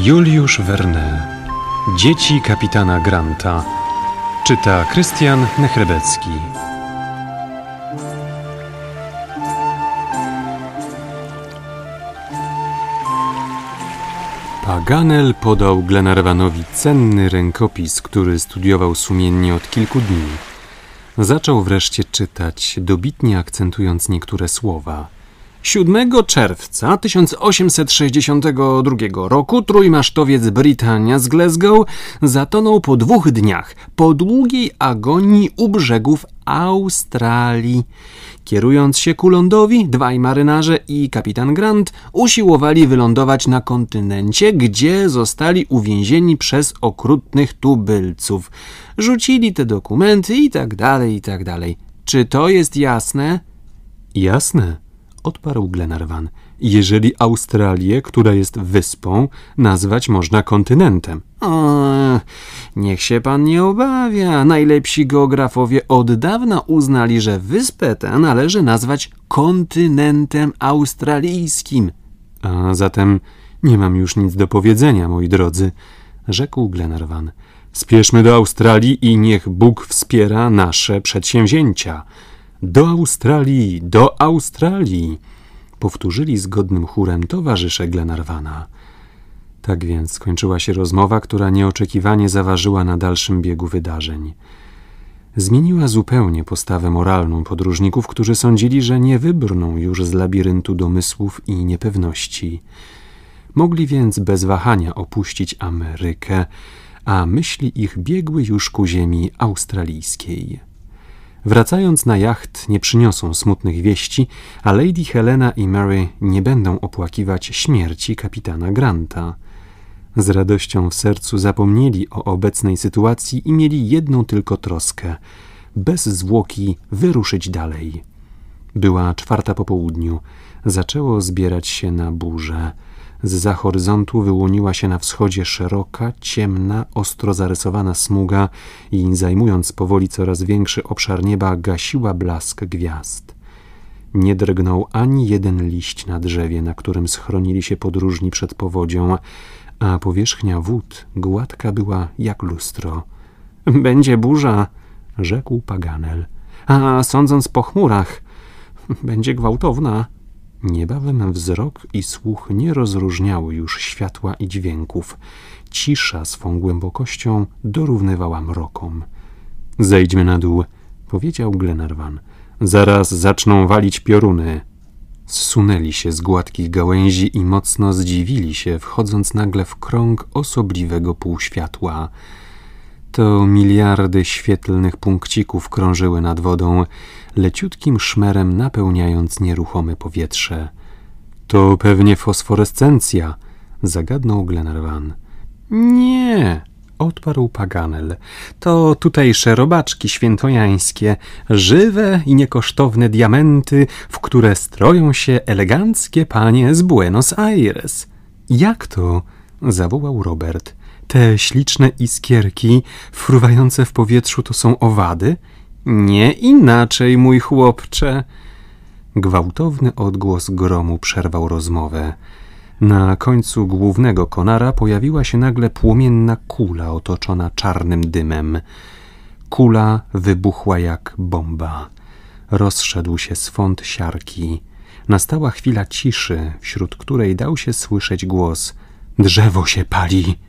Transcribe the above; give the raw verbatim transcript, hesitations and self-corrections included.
Juliusz Verne. Dzieci kapitana Granta. Czyta Krystian Nechrebecki. Paganel podał Glenarvanowi cenny rękopis, który studiował sumiennie od kilku dni. Zaczął wreszcie czytać, dobitnie akcentując niektóre słowa. siódmego czerwca tysiąc osiemset sześćdziesiątego drugiego roku trójmasztowiec Britannia z Glasgow zatonął po dwóch dniach, po długiej agonii u brzegów Australii. Kierując się ku lądowi, dwaj marynarze i kapitan Grant usiłowali wylądować na kontynencie, gdzie zostali uwięzieni przez okrutnych tubylców. Rzucili te dokumenty i tak dalej, i tak dalej. Czy to jest jasne? Jasne, odparł Glenarvan. Jeżeli Australię, która jest wyspą, nazwać można kontynentem. O, niech się pan nie obawia. Najlepsi geografowie od dawna uznali, że wyspę tę należy nazwać kontynentem australijskim. A zatem nie mam już nic do powiedzenia, moi drodzy, rzekł Glenarvan. Spieszmy do Australii i niech Bóg wspiera nasze przedsięwzięcia. Do Australii, do Australii! Powtórzyli zgodnym chórem towarzysze Glenarvana. Tak więc skończyła się rozmowa, która nieoczekiwanie zaważyła na dalszym biegu wydarzeń. Zmieniła zupełnie postawę moralną podróżników, którzy sądzili, że nie wybrną już z labiryntu domysłów i niepewności. Mogli więc bez wahania opuścić Amerykę, a myśli ich biegły już ku ziemi australijskiej. Wracając na jacht nie przyniosą smutnych wieści, a Lady Helena i Mary nie będą opłakiwać śmierci kapitana Granta. Z radością w sercu zapomnieli o obecnej sytuacji i mieli jedną tylko troskę – bez zwłoki wyruszyć dalej. Była czwarta po południu. Zaczęło zbierać się na burzę. Zza horyzontu wyłoniła się na wschodzie szeroka, ciemna, ostro zarysowana smuga i zajmując powoli coraz większy obszar nieba, gasiła blask gwiazd. Nie drgnął ani jeden liść na drzewie, na którym schronili się podróżni przed powodzią, a powierzchnia wód gładka była jak lustro. Będzie burza, rzekł Paganel, a sądząc po chmurach, będzie gwałtowna. Niebawem wzrok i słuch nie rozróżniały już światła i dźwięków. Cisza swą głębokością dorównywała mrokom. Zejdźmy na dół, powiedział Glenarvan. Zaraz zaczną walić pioruny. Zsunęli się z gładkich gałęzi i mocno zdziwili się, wchodząc nagle w krąg osobliwego półświatła. To miliardy świetlnych punkcików krążyły nad wodą, leciutkim szmerem napełniając nieruchome powietrze. To pewnie fosforescencja, zagadnął Glenarvan. Nie, odparł Paganel. To tutejsze robaczki świętojańskie, żywe i niekosztowne diamenty, w które stroją się eleganckie panie z Buenos Aires. Jak to? Zawołał Robert. Te śliczne iskierki fruwające w powietrzu to są owady? Nie inaczej, mój chłopcze. Gwałtowny odgłos gromu przerwał rozmowę. Na końcu głównego konara pojawiła się nagle płomienna kula otoczona czarnym dymem. Kula wybuchła jak bomba. Rozszedł się swąd siarki. Nastała chwila ciszy, wśród której dał się słyszeć głos. Drzewo się pali.